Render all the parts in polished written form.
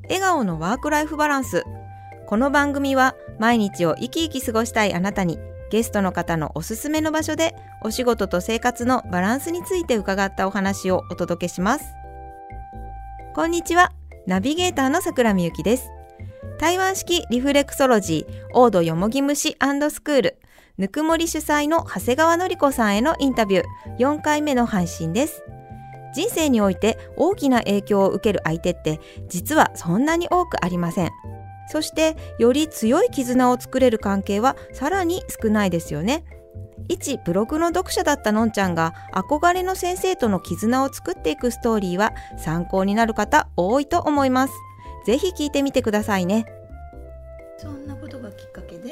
笑顔のワークライフバランス。この番組は毎日を生き生き過ごしたいあなたに、ゲストの方のおすすめの場所でお仕事と生活のバランスについて伺ったお話をお届けします。こんにちは、ナビゲーターの桜美由紀です。台湾式リフレクソロジーオードよもぎ虫&スクールぬくもり主催の長谷川典子さんへのインタビュー4回目の配信です。人生において大きな影響を受ける相手って実はそんなに多くありません。そしてより強い絆を作れる関係はさらに少ないですよね。一ブログの読者だったのんちゃんが憧れの先生との絆を作っていくストーリーは参考になる方多いと思います。ぜひ聞いてみてくださいね。 そんなことがきっかけで、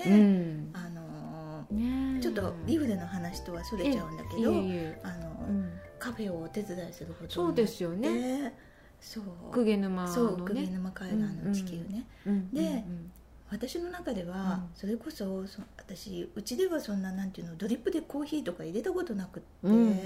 ちょっとリフレの話とはそれちゃうんだけど、カフェをお手伝いすることそうですよね。鵠沼のね、 鵠沼海岸の地球ね、で、私の中ではそれこそ私うちではそんななんていうのドリップでコーヒーとか入れたことなくって、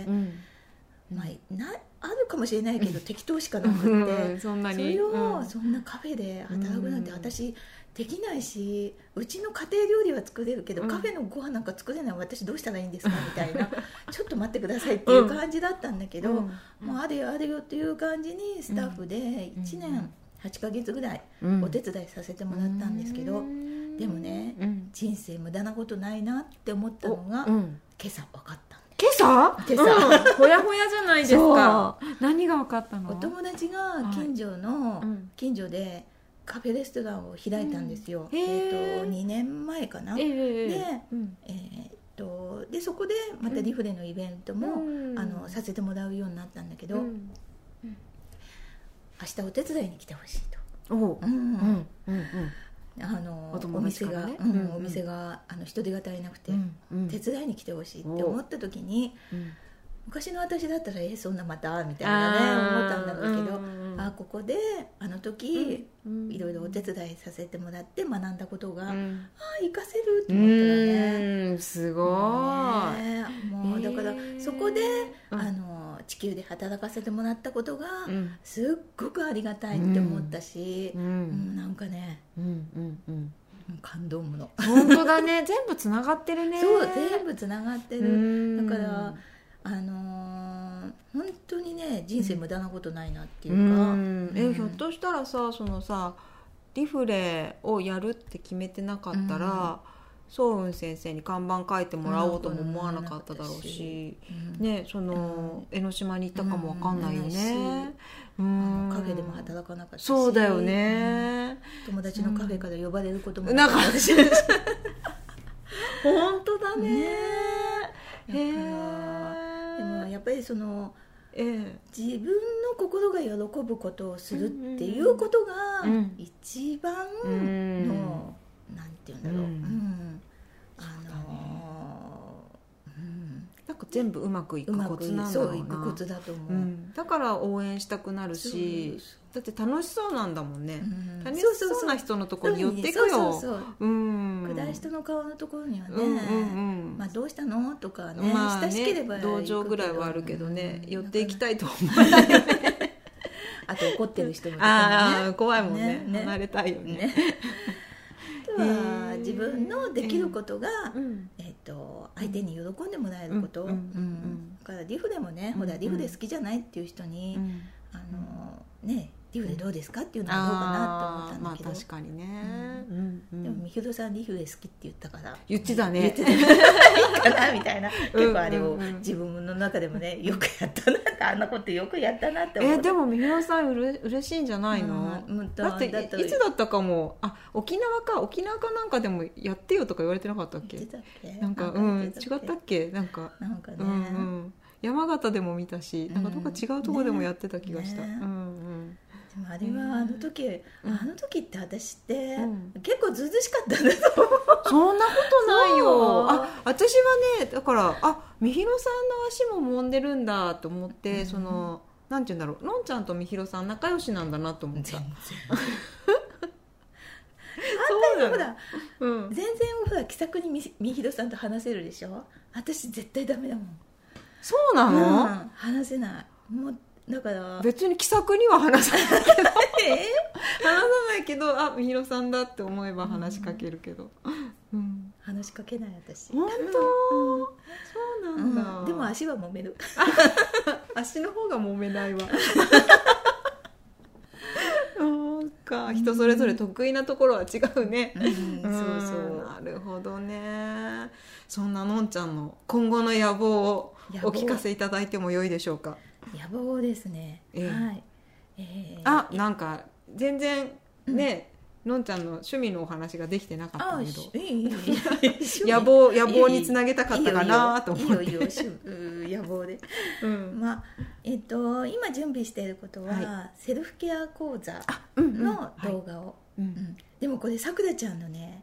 あるかもしれないけど適当しかなくってそんなにそれをそんなカフェで働くなんて私できないし、うちの家庭料理は作れるけど、カフェのご飯なんか作れない、私どうしたらいいんですかみたいなちょっと待ってくださいっていう感じだったんだけど、もうあれよあれよっていう感じにスタッフで1年8ヶ月ぐらいお手伝いさせてもらったんですけど、でもね、人生無駄なことないなって思ったのが、今朝分かったんです。 今朝、ほやほやじゃないですか。何が分かったの？ お友達が近所でカフェレストランを開いたんですよ、2年前かな、でそこでまたリフレのイベントも、させてもらうようになったんだけど、明日お手伝いに来てほしいと。お店が人手が足りなくて、手伝いに来てほしいって思った時に、昔の私だったらそんなまたみたいなね思ったんだけど、ここであの時、いろいろお手伝いさせてもらって学んだことが、活かせると思ったらね、 すごい、 もうだからそこで、地球で働かせてもらったことが、すっごくありがたいって思ったし、なんかね、感動もの。 本当だね、全部つながってるね。 そう全部つながってる。だから本当にね、人生無駄なことないなっていうか、 ひょっとしたらそのリフレをやるって決めてなかったら、ソウウン先生に看板書いてもらおうとも思わなかっただろうし、江ノ島に行ったかも分かんないよね。 カフェでも働かなかったし、 そうだよね、 友達のカフェから呼ばれることもなかったし本当だね。 でもやっぱり自分の心が喜ぶことをするっていうことが一番の、なんていうんだろう、 なんか全部うまくいくコツなんだろうな。 そういくコツだと思う、 だから応援したくなるし、だって楽しそうなんだもんね、楽しそうな人のところに寄っていくよ。 暗い人の顔のところにはね、どうしたのとかね、親しければ同情ぐらいはあるけどね、寄っていきたいと思わないよねあと怒ってる人のところね、 怖いもんね、離れたいよね。 自分のできることが、相手に喜んでもらえること、だからリフレもね、ほらリフレ好きじゃないっていう人に、リフレどうですかっていうのはどうかなと思ったんだけど、 確かにね、 でもみひろさんリフレ好きって言ったから言ってたね、 いいかなみたいな、結構あれを自分の中でもね、よくやったなって、あんなことよくやったなって思って。 でもみひろさん嬉しいんじゃないの？だっていつだったかも、沖縄かなんかでもやってよとか言われてなかったっけ？なんか違ったっけ？なんかね、山形でも見たし、なんかどっか違うところでもやってた気がした。 でもあれはあの時って私って結構ずうずしかったんだと思う。 そんなことないよ。私はね、だからみひろさんの足も揉んでるんだと思って、なんていうんだろう、のんちゃんとみひろさん仲良しなんだなと思った。 ほら、全然ほら気さくにみひろさんと話せるでしょ。私絶対ダメだもん。 そうなの？ 話せない。もうだから別に気さくには話さないけど話さないけど、あ、みひろさんだって思えば話しかけるけど、うん、 話しかけない私。 本当、そうなんだ、 でも足は揉める足の方が揉めないわそうか、人それぞれ得意なところは違うね、 そうそう、 なるほどね。そんなのんちゃんの今後の野望をお聞かせいただいてもよいでしょうか。 野望ですね、はい、 なんか全然ね、のんちゃんの趣味のお話ができてなかったけど、野望につなげたかったかなと思って。 いいよ野望で、まあ今準備していることは、セルフケア講座の動画を、でもこれさくらちゃんのね、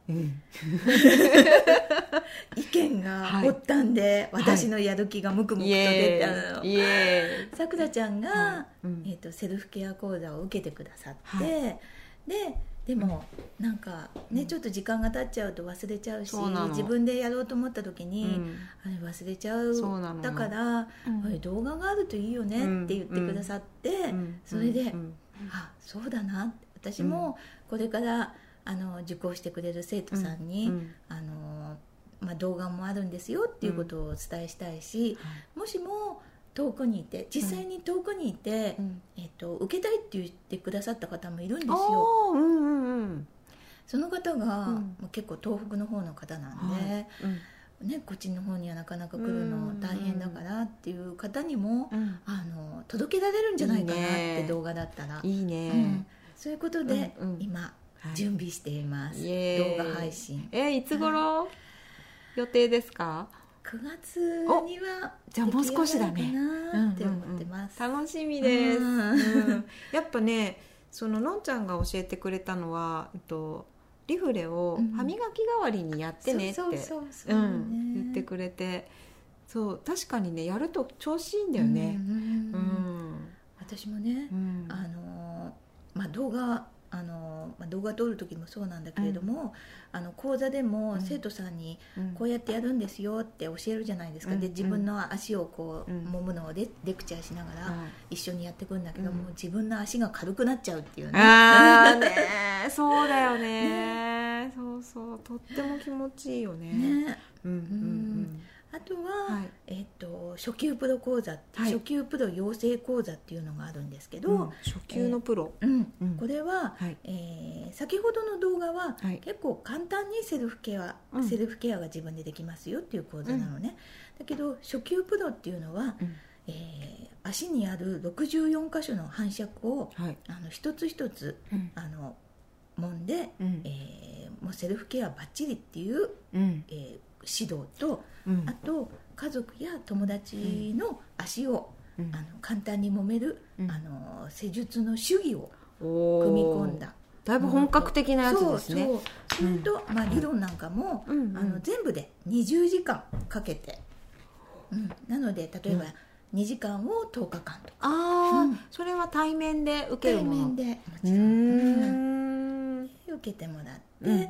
意見が発端で、私のやる気がムクムクと出たの。さくらちゃんが、セルフケア講座を受けてくださって、でもなんかね、ちょっと時間が経っちゃうと忘れちゃうし、自分でやろうと思った時に、あれ忘れちゃう、だから、動画があるといいよねって言ってくださって、それで、あ、そうだなって、私もこれから受講してくれる生徒さんに、動画もあるんですよっていうことをお伝えしたいし、もしも遠くにいて、実際に遠くにいて、受けたいって言ってくださった方もいるんですよ。その方が、結構東北の方の方なんで、こっちの方にはなかなか来るの大変だからっていう方にも、届けられるんじゃないかなって、動画だったらいいね、 そういうことで、今準備しています、動画配信。 いつ頃予定ですか ？9月にはじゃあもう少しだねって思ってます。 楽しみです、やっぱね、そののんちゃんが教えてくれたのは、リフレを歯磨き代わりにやってねって言ってくれて、そう確かにね、やると調子いいんだよね。 私もね、動画撮る時もそうなんだけれども、講座でも生徒さんにこうやってやるんですよって教えるじゃないですか。で、自分の足をこう揉むのをレクチャーしながら一緒にやっていくんだけども、自分の足が軽くなっちゃうっていうね。 そうだよね、そうそう、とっても気持ちいいよね。あとは、初級プロ講座って、初級プロ養成講座っていうのがあるんですけど、 初級のプロ、 これは、先ほどの動画は、結構簡単にセルフケアが自分でできますよっていう講座なのね。だけど初級プロっていうのは、足にある64箇所の反射区を、一つ一つ、揉んで、もうセルフケアバッチリっていう、指導と、あと家族や友達の足を、簡単に揉める、施術の手技を組み込んだ、 だいぶ本格的なやつですね。 それと、理論なんかも、全部で20時間かけて、なので例えば、2時間を10日間とか、 それは対面で受けるもの？ 対面でもちろん、受けてもらって、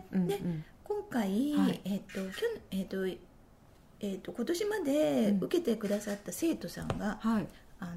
で今回、今年まで受けてくださった生徒さんが、やっ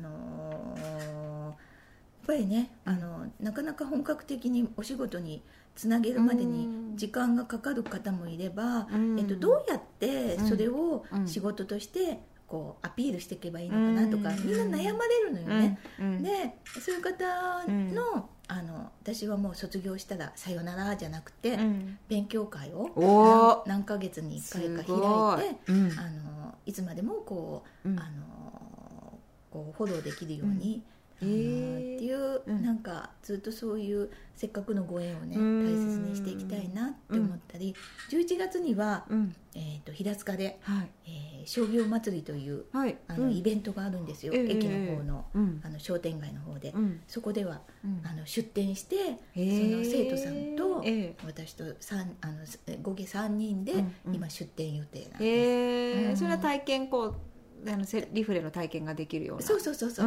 ぱりね、なかなか本格的にお仕事につなげるまでに時間がかかる方もいれば、どうやってそれを仕事としてこうアピールしていけばいいのかなとか、みんな悩まれるのよね。で、そういう方の、私はもう卒業したらさよならじゃなくて、勉強会を何ヶ月に1回か開いて、いつまでもこう、こうフォローできるように、っていう、なんかずっとそういうせっかくのご縁をね、大切にしていきたいなって思ったり、11月には、平塚で、商業祭りという、イベントがあるんですよ、駅の方の、商店街の方で、そこでは、出店して、その生徒さんと、私と合計3人で、今出店予定なんです。 それは体験リフレの体験ができるような。 そう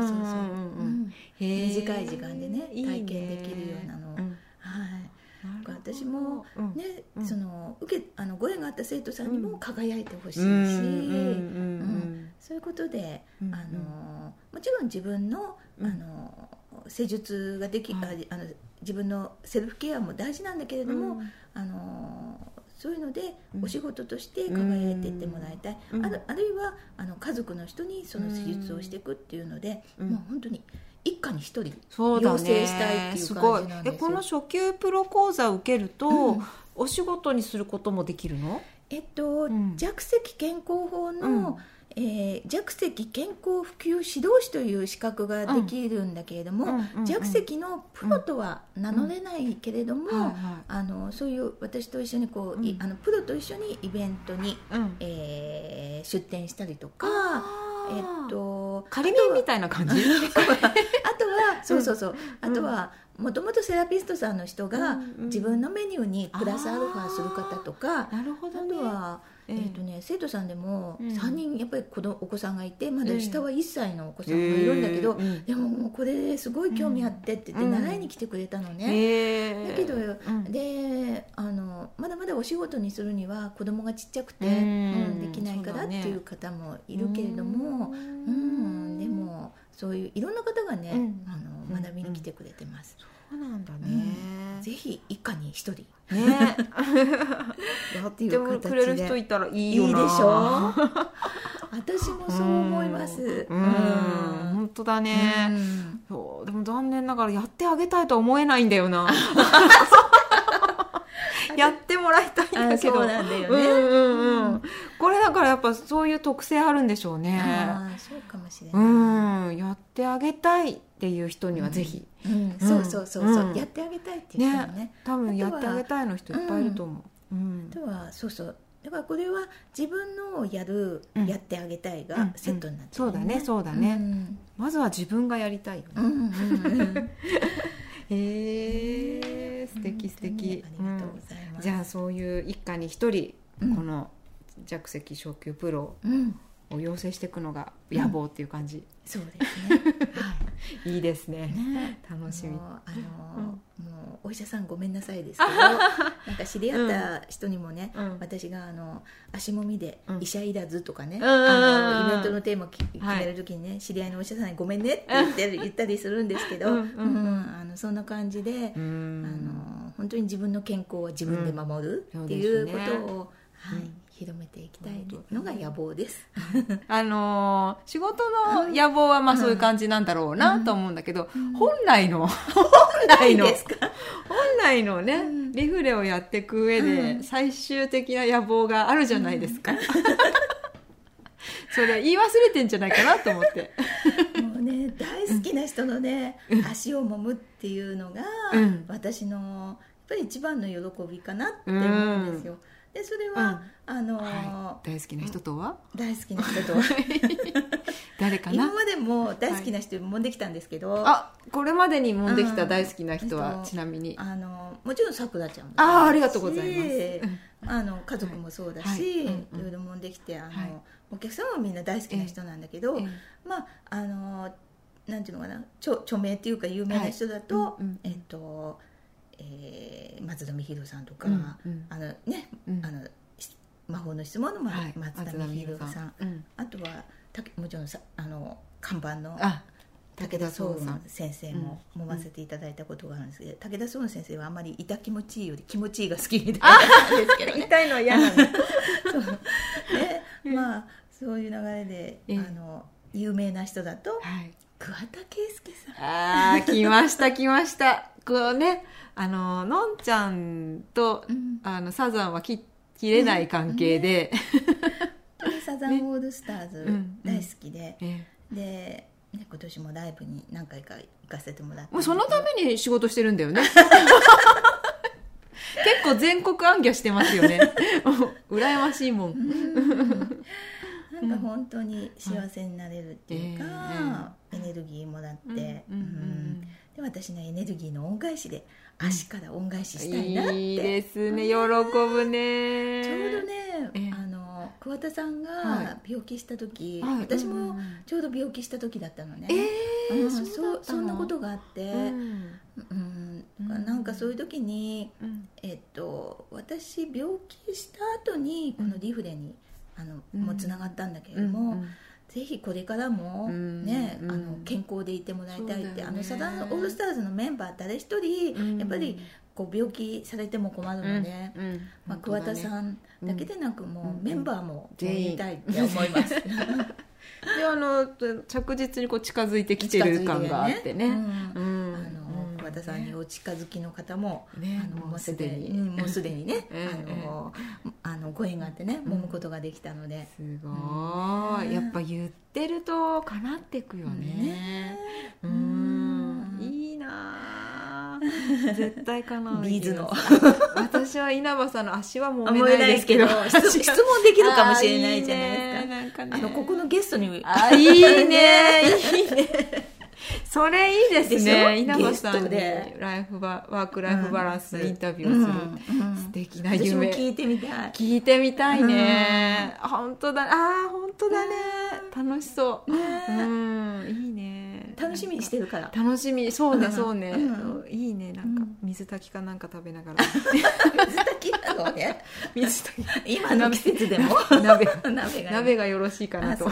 短い時間でね、体験できるようなのを、私もね、そのご縁があった生徒さんにも輝いてほしいし、そういうことで、 もちろん自分の、施術ができ、自分のセルフケアも大事なんだけれども、そういうのでお仕事として輝いていってもらいたい、あるいは家族の人にその施術をしていくっていうので、もう本当に一家に一人養成したいっていう感じなんですよ。 この初級プロ講座を受けると、お仕事にすることもできるの？ 弱石健康法の、弱石健康普及指導士という資格ができるんだけれども、弱石のプロとは名乗れないけれども、そういう私と一緒にプロと一緒にイベントに、出展したりとか、 仮免みたいな感じあとはもともとセラピストさんの人が自分のメニューにプラスアルファする方とか、 なるほどね、 あとは生徒さんでも3人やっぱりお子さんがいて、まだ下は1歳のお子さんがいるんだけど、でももうこれですごい興味あってって言って習いに来てくれたのね、だけど、でまだまだお仕事にするには子供がちっちゃくて、できないからっていう方もいるけれども、でもそういういろんな方がね、学びに来てくれてます。 そうなんだね、 ぜひ一家に一人ねやってくれる人いたらいいよな。 いいでしょ私もそう思います。 本当だね、そうでも残念ながらやってあげたいとは思えないんだよなやってもらいたいんだけど、 そうなんだよね、 これだからやっぱそういう特性あるんでしょうね。 そうかもしれない、 やってあげたいっていう人にはぜひ、 そうやってあげたいっていう人もね、 多分やってあげたいの人いっぱいいると思う。 あとはだからこれは自分のをやってあげたいがセットになってる、ね、 そうだね、まずは自分がやりたいよね。素敵素敵。 ありがとうございます。 じゃあそういう一家に一人、この弱石初級プロを養成していくのが野望っていう感じ、 そうですね、 いいですね、楽しみ。 もうお医者さんごめんなさいですけどなんか知り合った人にもね、私が足もみで医者いらずとかね、イベントのテーマ決める時にね、知り合いのお医者さんにごめんねって言ったりするんですけど、そんな感じで本当に自分の健康は自分で守るっていうことを、広めていきたいのが野望です。 仕事の野望はまあそういう感じなんだろうなと思うんだけど、本来のね、リフレをやっていく上で最終的な野望があるじゃないですか。それ言い忘れてんじゃないかなと思って。 もうね、大好きな人のね、足を揉むっていうのが、私のやっぱり一番の喜びかなって思うんですよ。でそれは、 大好きな人とは誰かな。 今までも大好きな人揉んできたんですけど、 これまでに揉んできた大好きな人は、ちなみにもちろんさくらちゃんもありがとうございます。家族もそうだし、いろいろ揉んできてお客さんはみんな大好きな人なんだけど、なんていうのかな、著名っていうか有名な人だと、松田美弘さんとか、魔法の質問の松田美弘さん、あとはもちろん看板の武田壮雲先生も揉ませていただいたことがあるんですけど、武田壮雲先生はあんまり痛気持ちいいより気持ちいいが好きみたいなんですけど、ね、 痛いのは嫌なの。 そういう流れで有名な人だと、桑田佳祐さん。来ましたこうね、のんちゃんと、サザンは切れない関係で、 サザンオールスターズ大好きで、で今年もライブに何回か行かせてもらって、 もうそのために仕事してるんだよね。結構全国行脚してますよね。羨ましいもん。 なんか本当に幸せになれるっていうか、エネルギーもらって、で私のエネルギーの恩返しで足から恩返ししたいなって。 いいですね、喜ぶね。 ちょうどね、桑田さんが病気した時、私もちょうど病気した時だったのね。そんなことがあって、なんかそういう時に、私病気した後にこのリフレにもつながったんだけれども、 ぜひこれからも、ね、健康でいてもらいたいって、サザンオールスターズのメンバー誰一人、やっぱりこう病気されても困るので、桑田さんだけでなく、もうメンバーも全員たいって思いますで着実にこう近づいてきてる感があってね、 桑田さんにお近づきの方も、 もうすでにねご縁があってね、揉むことができたので、 すごい、やっぱ言ってると叶ってくよね。いいな、絶対叶う。 ビーズの私は稲葉さんの足は揉めないですけど、 質問できるかもしれないじゃないですか。ここのゲストにいいねそれいいですね。稲葉さんにワークライフバランスのインタビューをする、素敵な夢。 私も聞いてみたいね。本当だ、本当だね。楽しそう。いいね。 楽しみにしてるから。 楽しみ、そうね。いいね、なんか水炊きかなんか食べながら。 水炊きなのね。 水炊き。今の季節でも鍋がよろしいかなと。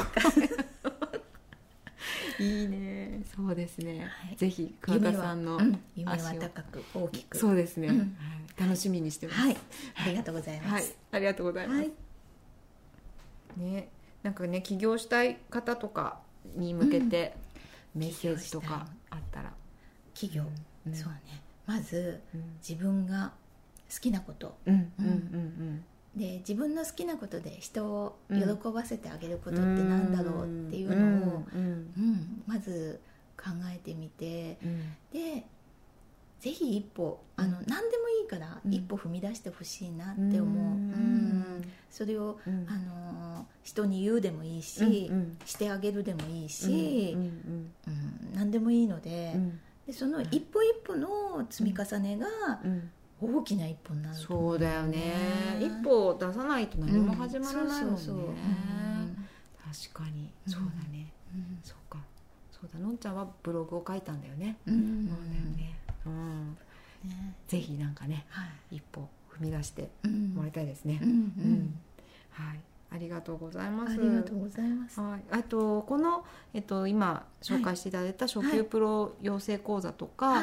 いいね、そうですね。ぜひ桑田さんの夢は高く大きく。 そうですね。楽しみにしてます。 ありがとうございます。 ありがとうございます。ね、なんかね、起業したい方とかに向けてメッセージとかあったら。 起業、そうね。まず自分が好きなこと。で、自分の好きなことで人を喜ばせてあげることってなんだろうっていうのをまず考えてみて、でぜひ一歩何でもいいから一歩踏み出してほしいなって思う。それを人に言うでもいいし、してあげるでもいいし、何でもいいので、その一歩一歩の積み重ねが大きな一歩になる。 そうだよね。一歩出さないと何も始まらないもんね。確かにそうだね。そうだ、のんちゃんはブログを書いたんだよね。そうだよね。ぜひなんかね、一歩踏み出してもらいたいですね。はい、ありがとうございます。 ありがとうございます。 あとこの今紹介していただいた初級プロ養成講座とか、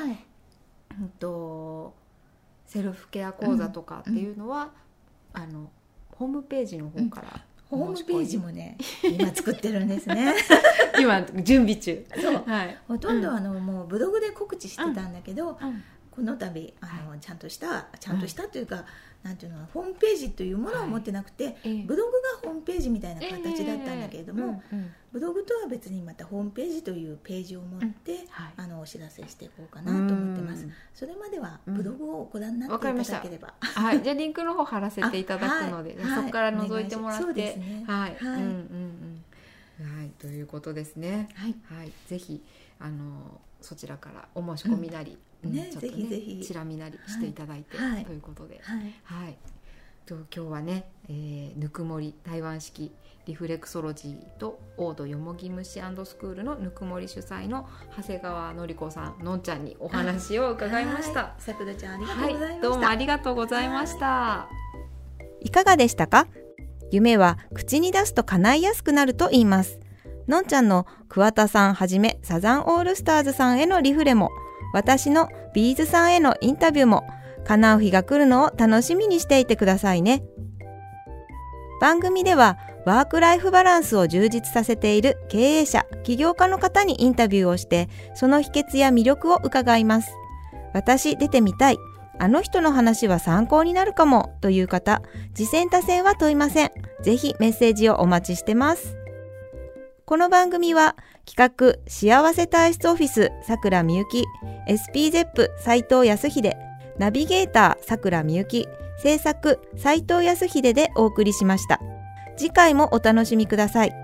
セルフケア講座とかっていうのは、ホームページの方から、 ホームページもね今作ってるんですね今準備中。そう、 ほとんどもうブログで告知してたんだけど、この度ちゃんとしたというか、なんていうの、ホームページというものを持ってなくて、ブログがホームページみたいな形だったんだけれども、ブログとは別にまたホームページというページを持って、お知らせしていこうかなと思ってます。それまではブログをご覧になっていただければ、 じゃあリンクの方貼らせていただくので、そこから覗いてもらって、ということですね。ぜひそちらからお申し込みなり、ちょっとねチラ見なりしていただいて、ということで、今日はね、ぬくもり台湾式リフレクソロジーとオードよもぎ虫&スクールのぬくもり主催の長谷川典子さん、のんちゃんにお話を伺いました。 さくらちゃん、ありがとうございました。 どうもありがとうございました。 いかがでしたか？夢は口に出すと叶いやすくなると言います。のんちゃんの桑田さんはじめサザンオールスターズさんへのリフレも、私のビーズさんへのインタビューも叶う日が来るのを楽しみにしていてくださいね。番組ではワークライフバランスを充実させている経営者、起業家の方にインタビューをして、その秘訣や魅力を伺います。私出てみたい、あの人の話は参考になるかもという方、次戦他戦は問いません。ぜひメッセージをお待ちしてます。この番組は企画幸せ体質オフィスさくらみゆき、SPZEP 斉藤康秀、ナビゲーターさくらみゆき、制作斉藤康秀でお送りしました。次回もお楽しみください。